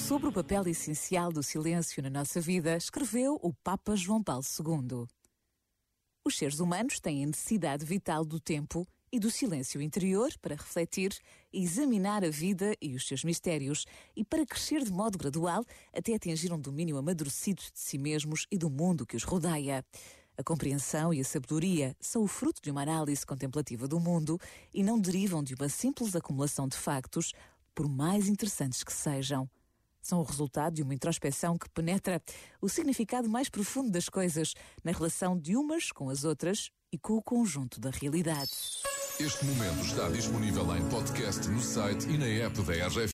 Sobre o papel essencial do silêncio na nossa vida, escreveu o Papa João Paulo II. Os seres humanos têm a necessidade vital do tempo e do silêncio interior para refletir e examinar a vida e os seus mistérios e para crescer de modo gradual até atingir um domínio amadurecido de si mesmos e do mundo que os rodeia. A compreensão e a sabedoria são o fruto de uma análise contemplativa do mundo e não derivam de uma simples acumulação de factos, por mais interessantes que sejam. São o resultado de uma introspeção que penetra o significado mais profundo das coisas na relação de umas com as outras e com o conjunto da realidade. Este momento está disponível em podcast no site e na app da RGF.